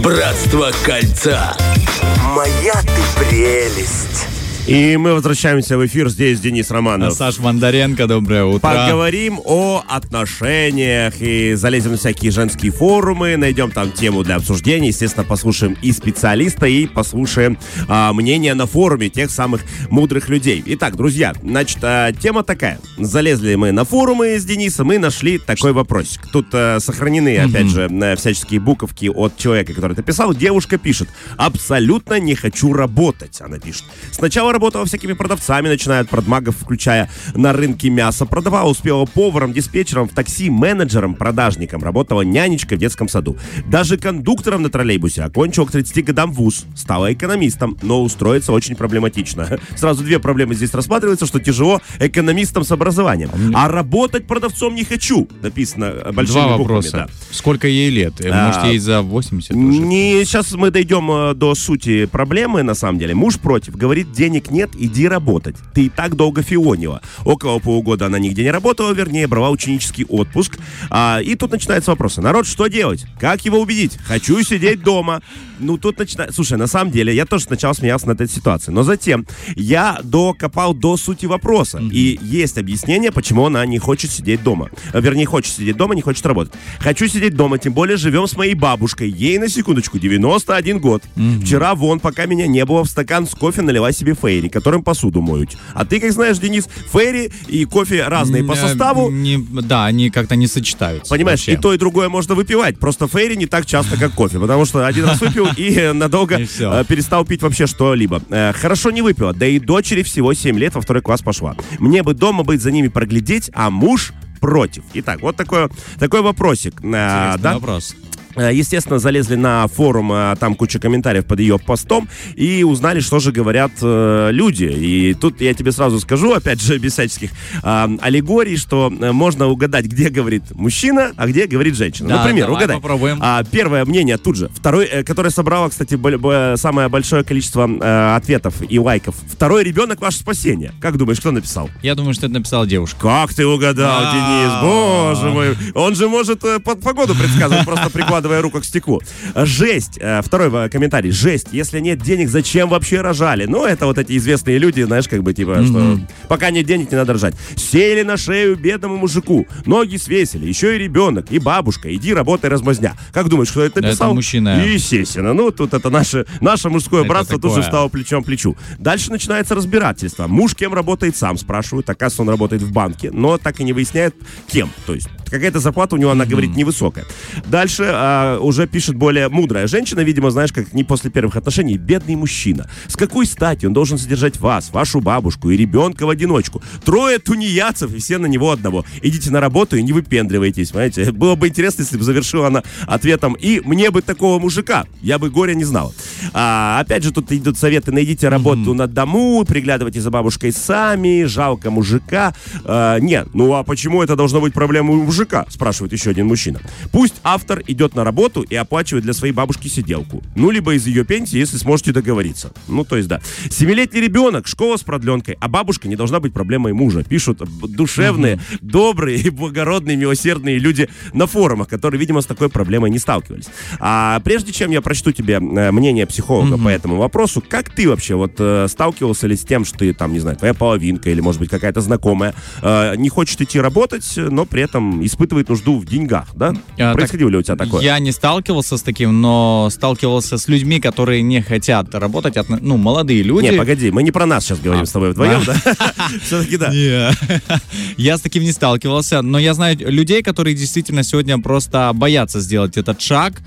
Братство кольца. Моя ты прелесть. И мы возвращаемся в эфир. Здесь Денис Романов. Саш Бондаренко, доброе утро. Поговорим о отношениях и залезем на всякие женские форумы, найдем там тему для обсуждения. Естественно, послушаем и специалиста, и послушаем мнение на форуме тех самых мудрых людей. Итак, друзья, значит, тема такая. Залезли мы на форумы с Денисом и нашли такой вопросик. Тут сохранены, опять же, всяческие буковки от человека, который это писал. Девушка пишет: абсолютно не хочу работать, она пишет. Сначала работала всякими продавцами, начиная от продмагов, включая на рынке мясо. Продавала, успела поваром, диспетчером, в такси, менеджером, продажником. Работала нянечкой в детском саду. Даже кондуктором на троллейбусе. Окончила к 30 годам вуз. Стала экономистом, но устроиться очень проблематично. Сразу две проблемы здесь рассматриваются, что тяжело экономистом с образованием. А работать продавцом не хочу. Написано большими буквами. Два буквами. вопроса. Да. Сколько ей лет? Может, ей за 80 уже? Не, сейчас мы дойдем до сути проблемы, на самом деле. Муж против. Говорит, денег нет, иди работать. Ты и так долго фионила. Около полугода она нигде не работала, вернее, брала ученический отпуск. И тут начинаются вопросы. Народ, что делать? Как его убедить? Хочу сидеть дома. Ну, тут начинается... Слушай, на самом деле, я тоже сначала смеялся над этой ситуацией. Но затем я докопал до сути вопроса. И есть объяснение, почему она не хочет сидеть дома. Вернее, хочет сидеть дома, не хочет работать. Хочу сидеть дома, тем более живем с моей бабушкой. Ей, на секундочку, 91 год. Вчера вон, пока меня не было, в стакан с кофе налила себе фейри, которым посуду моют. А ты, как знаешь, Денис, фейри и кофе разные по составу. Да, они как-то не сочетаются. Понимаешь, вообще. и то, и другое можно выпивать. Просто фейри не так часто, как кофе. Потому что один раз выпил и надолго перестал пить вообще что-либо. Хорошо не выпила. Да и дочери всего 7 лет, во 2 класс пошла. Мне бы дома быть, за ними проглядеть, а муж против. Итак, вот такой вопросик. Интересный вопрос. Естественно, залезли на форум, там куча комментариев под ее постом, и узнали, что же говорят люди. И тут я тебе сразу скажу, опять же, без всяческих аллегорий, что можно угадать, где говорит мужчина, а где говорит женщина. Да, например, давай угадай. Попробуем. Первое мнение тут же. Второй, которое собрало, кстати, самое большое количество ответов и лайков. Второй ребенок — ваше спасение. Как думаешь, кто написал? Я думаю, что это написала девушка. Как ты угадал, Денис? Боже мой. Он же может погоду предсказывать, просто прикладывая руку к стеклу. Жесть. Второй комментарий. Жесть. Если нет денег, зачем вообще рожали? Ну, это вот эти известные люди, знаешь, как бы, типа, что пока нет денег, не надо рожать. Сели на шею бедному мужику. Ноги свесили. Еще и ребенок, и бабушка. Иди работай, размазня. Как думаешь, кто это написал? Это мужчина. Естественно. Ну, тут это наше мужское это братство такое. тоже встало плечом к плечу. Дальше начинается разбирательство. Муж кем работает, сам спрашивают. Оказывается, он работает в банке, но так и не выясняет, кем. То есть какая-то зарплата у него, она говорит, невысокая. Дальше уже пишет более мудрая женщина, видимо, знаешь, как не после первых отношений. Бедный мужчина. С какой стати он должен содержать вас, вашу бабушку и ребенка в одиночку? 3 тунеядцев, и все на него одного. Идите на работу и не выпендривайтесь, понимаете? Было бы интересно, если бы завершила она ответом: и мне бы такого мужика, я бы горя не знал. Опять же, тут идут советы: найдите работу на дому, приглядывайте за бабушкой сами, жалко мужика. Нет, ну а почему это должно быть проблемой у мужика? Спрашивает еще один мужчина. Пусть автор идет на работу и оплачивает для своей бабушки сиделку. Ну, либо из ее пенсии, если сможете договориться. Ну, то есть, да. 7-летний ребенок, школа с продленкой, а бабушка не должна быть проблемой мужа. Пишут душевные, добрые и благородные, милосердные люди на форумах, которые, видимо, с такой проблемой не сталкивались. А прежде чем я прочту тебе мнение психолога по этому вопросу, как ты вообще вот сталкивался ли с тем, что ты, там, не знаю, твоя половинка или, может быть, какая-то знакомая не хочет идти работать, но при этом испытывает нужду в деньгах, да? Происходило ли у тебя такое? Я не сталкивался с таким, но сталкивался с людьми, которые не хотят работать, ну, молодые люди. Не, погоди, мы не про нас сейчас говорим с тобой вдвоем, да? Все-таки да. Я с таким не сталкивался, но я знаю людей, которые действительно сегодня просто боятся сделать этот шаг,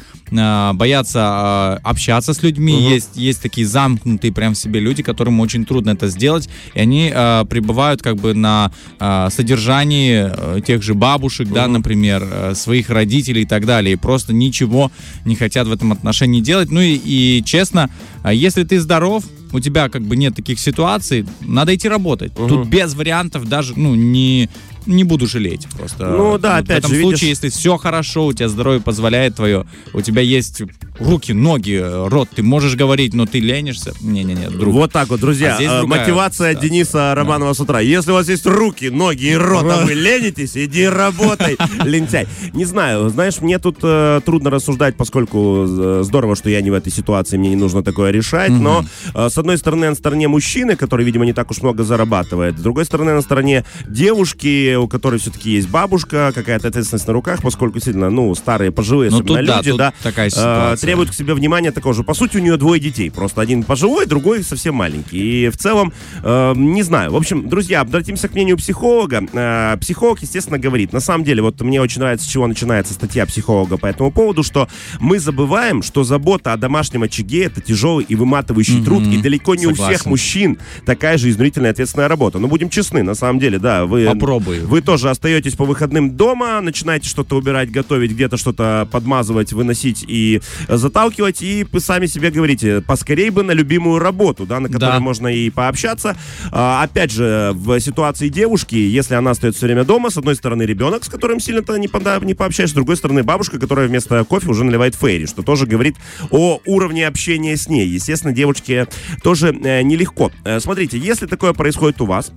боятся общаться с людьми. Есть такие замкнутые прям в себе люди, которым очень трудно это сделать, и они пребывают как бы на содержании тех же бабушек, да, например, своих родителей и так далее, и просто ничего не хотят в этом отношении делать. Ну и честно, если ты здоров, у тебя как бы нет таких ситуаций, надо идти работать. Тут без вариантов даже, ну, не не буду жалеть просто. Ну да, в опять этом же, случае, видишь... если все хорошо, у тебя здоровье позволяет твое, у тебя есть руки, ноги, рот, ты можешь говорить, но ты ленишься. Не-не-не, друг. Вот так вот, друзья, мотивация Дениса Романова с утра. Если у вас есть руки, ноги и рот, а вы ленитесь, иди работай, лентяй. Не знаю, знаешь, мне тут трудно рассуждать, поскольку здорово, что я не в этой ситуации, мне не нужно такое решать, но с одной стороны, я на стороне мужчины, который, видимо, не так уж много зарабатывает, с другой стороны, на стороне девушки, у которой все-таки есть бабушка, какая-то ответственность на руках, поскольку, действительно, ну, старые, пожилые, особенно люди, да, такая ситуация. Требуют к себе внимания такого же. По сути, у нее 2 детей, просто один пожилой, другой совсем маленький. И в целом, не знаю. В общем, друзья, обратимся к мнению психолога. Психолог, естественно, говорит, на самом деле, вот мне очень нравится, с чего начинается статья психолога по этому поводу, что мы забываем, что забота о домашнем очаге — это тяжелый и выматывающий труд, и далеко не у всех мужчин такая же изнурительная ответственная работа. Но будем честны, на самом деле, да, вы тоже остаетесь по выходным дома, начинаете что-то убирать, готовить, где-то что-то подмазывать, выносить и заталкивать, и вы сами себе говорите, поскорей бы на любимую работу, да, на которой можно и пообщаться. Опять же, в ситуации девушки, если она остается все время дома, с одной стороны ребенок, с которым сильно-то не пообщаешься, с другой стороны бабушка, которая вместо кофе уже наливает фейри, что тоже говорит о уровне общения с ней. Естественно, девочке тоже нелегко. Смотрите, если такое происходит у вас,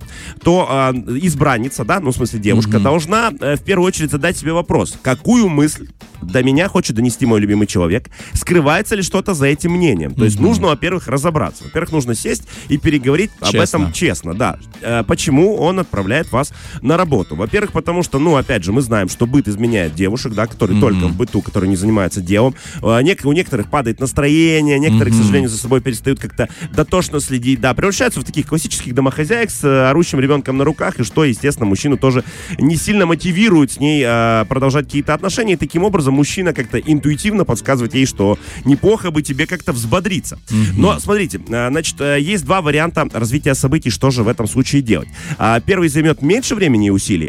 то избранница, да, ну, в смысле девушка, должна в первую очередь задать себе вопрос, какую мысль до меня хочет донести мой любимый человек, скрывается ли что-то за этим мнением. То есть нужно, во-первых, разобраться. Во-первых, нужно сесть и переговорить об этом честно, да. Почему он отправляет вас на работу? Во-первых, потому что, ну, опять же, мы знаем, что быт изменяет девушек, да, которые только в быту, которые не занимаются делом. У некоторых падает настроение, некоторые, к сожалению, за собой перестают как-то дотошно следить, да, превращаются в таких классических домохозяек с орущим ребенком на руках, и что, естественно, мужчину тоже не сильно мотивирует с ней продолжать какие-то отношения, и таким образом мужчина как-то интуитивно подсказывает ей, что неплохо бы тебе как-то взбодриться. Но, смотрите, значит, есть 2 варианта развития событий, что же в этом случае делать. Первый займет меньше времени и усилий,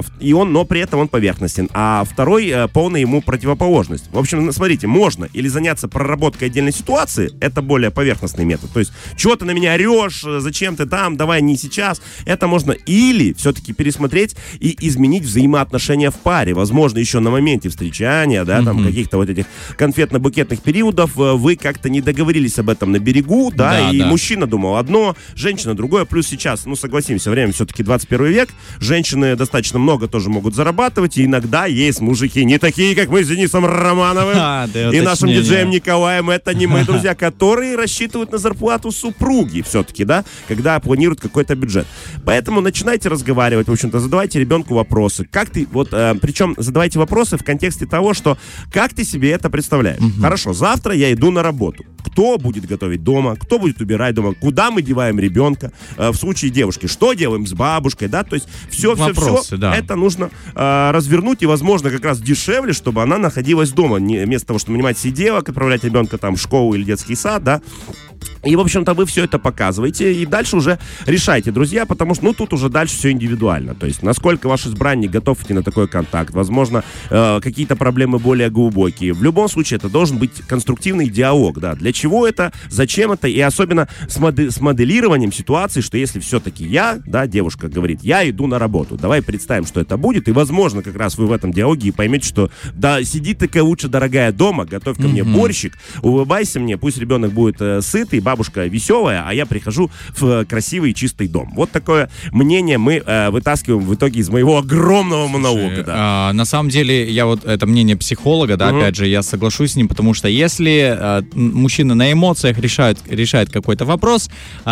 но при этом он поверхностен, а второй полная ему противоположность. В общем, смотрите, можно или заняться проработкой отдельной ситуации, это более поверхностный метод, то есть, чего ты на меня орешь, зачем ты там, давай не сейчас, это можно, или все-таки пересмотреть и изменить взаимоотношения в паре, возможно, еще на моменте встречания, да, там, каких-то вот этих конфетно-букетных периодов, вы как-то не договорились об этом на берегу, да, мужчина думал одно, женщина другое, плюс сейчас, ну, согласимся, время все-таки 21 век, женщины достаточно много тоже могут зарабатывать, и иногда есть мужики не такие, как мы с Денисом Романовым и нашим диджеем Николаем, это не мы, друзья, которые рассчитывают на зарплату супруги все-таки, да, когда планируют какой-то бюджет. Поэтому начинайте разговаривать, в общем-то, задавайте ребенку вопросы. Как ты, вот, причем задавайте вопросы в контексте того, что как ты себе это представляешь? Хорошо, завтра я иду на работу. Кто будет готовить дома? Кто будет убирать дома? Куда мы деваем ребенка? В случае девушки, что делаем с бабушкой? Да, то есть все это нужно развернуть, и, возможно, как раз дешевле, чтобы она находилась дома, вместо того, чтобы нанимать сиделок, отправлять ребенка там в школу или детский сад, да. И, в общем-то, вы все это показываете, и дальше уже решайте, друзья, потому что, ну, тут уже дальше все индивидуально. То есть, насколько ваш избранник готов идти на такой контакт, возможно, какие-то проблемы более глубокие. В любом случае, это должен быть конструктивный диалог, да. Для чего это, зачем это, и особенно с моделированием ситуации, что если все-таки я, да, девушка говорит, я иду на работу, давай представим, что это будет, и, возможно, как раз вы в этом диалоге и поймете, что, да, сиди такая лучше, дорогая, дома, готовь ко мне борщик, улыбайся мне, пусть ребенок будет сытый, бабушка веселая, а я прихожу в красивый чистый дом. Вот такое мнение мы вытаскиваем в итоге из моего огромного монолога. Да. На самом деле, я вот это мнение психолога, да, опять же, я соглашусь с ним, потому что если мужчина на эмоциях решает какой-то вопрос,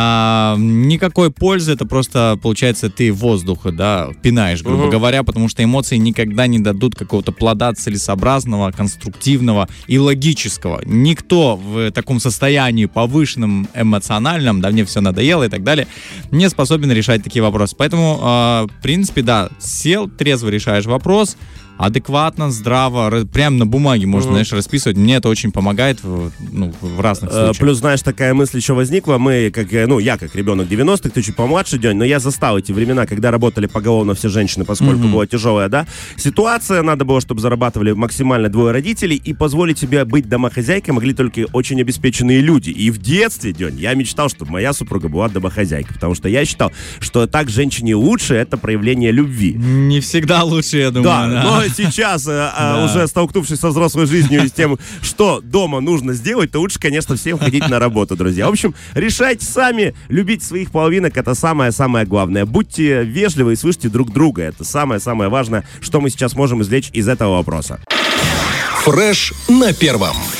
никакой пользы, это просто, получается, ты воздух, да, пинаешь, грубо говоря, потому что эмоции никогда не дадут какого-то плода целесообразного, конструктивного и логического. Никто в таком состоянии повышенном эмоциональном, да, мне все надоело и так далее, не способен решать такие вопросы. Поэтому, в принципе, да, сел, трезво решаешь вопрос, адекватно, здраво, прямо на бумаге можно, знаешь, расписывать. Мне это очень помогает в разных случаях. Плюс, знаешь, такая мысль еще возникла. Мы, я как ребенок 90-х, ты чуть помладше, День, но я застал эти времена, когда работали поголовно все женщины, поскольку была тяжелая, да, ситуация. Надо было, чтобы зарабатывали максимально двое родителей, и позволить себе быть домохозяйкой могли только очень обеспеченные люди. И в детстве, День, я мечтал, чтобы моя супруга была домохозяйкой, потому что я считал, что так женщине лучше, это проявление любви. Не всегда лучше, я думаю. Да, но сейчас, уже столкнувшись со взрослой жизнью и с тем, что дома нужно сделать, то лучше, конечно, всем ходить на работу, друзья. В общем, решайте сами, любить своих половинок, это самое-самое главное. Будьте вежливы и слышите друг друга. Это самое-самое важное, что мы сейчас можем извлечь из этого вопроса. Фреш на первом.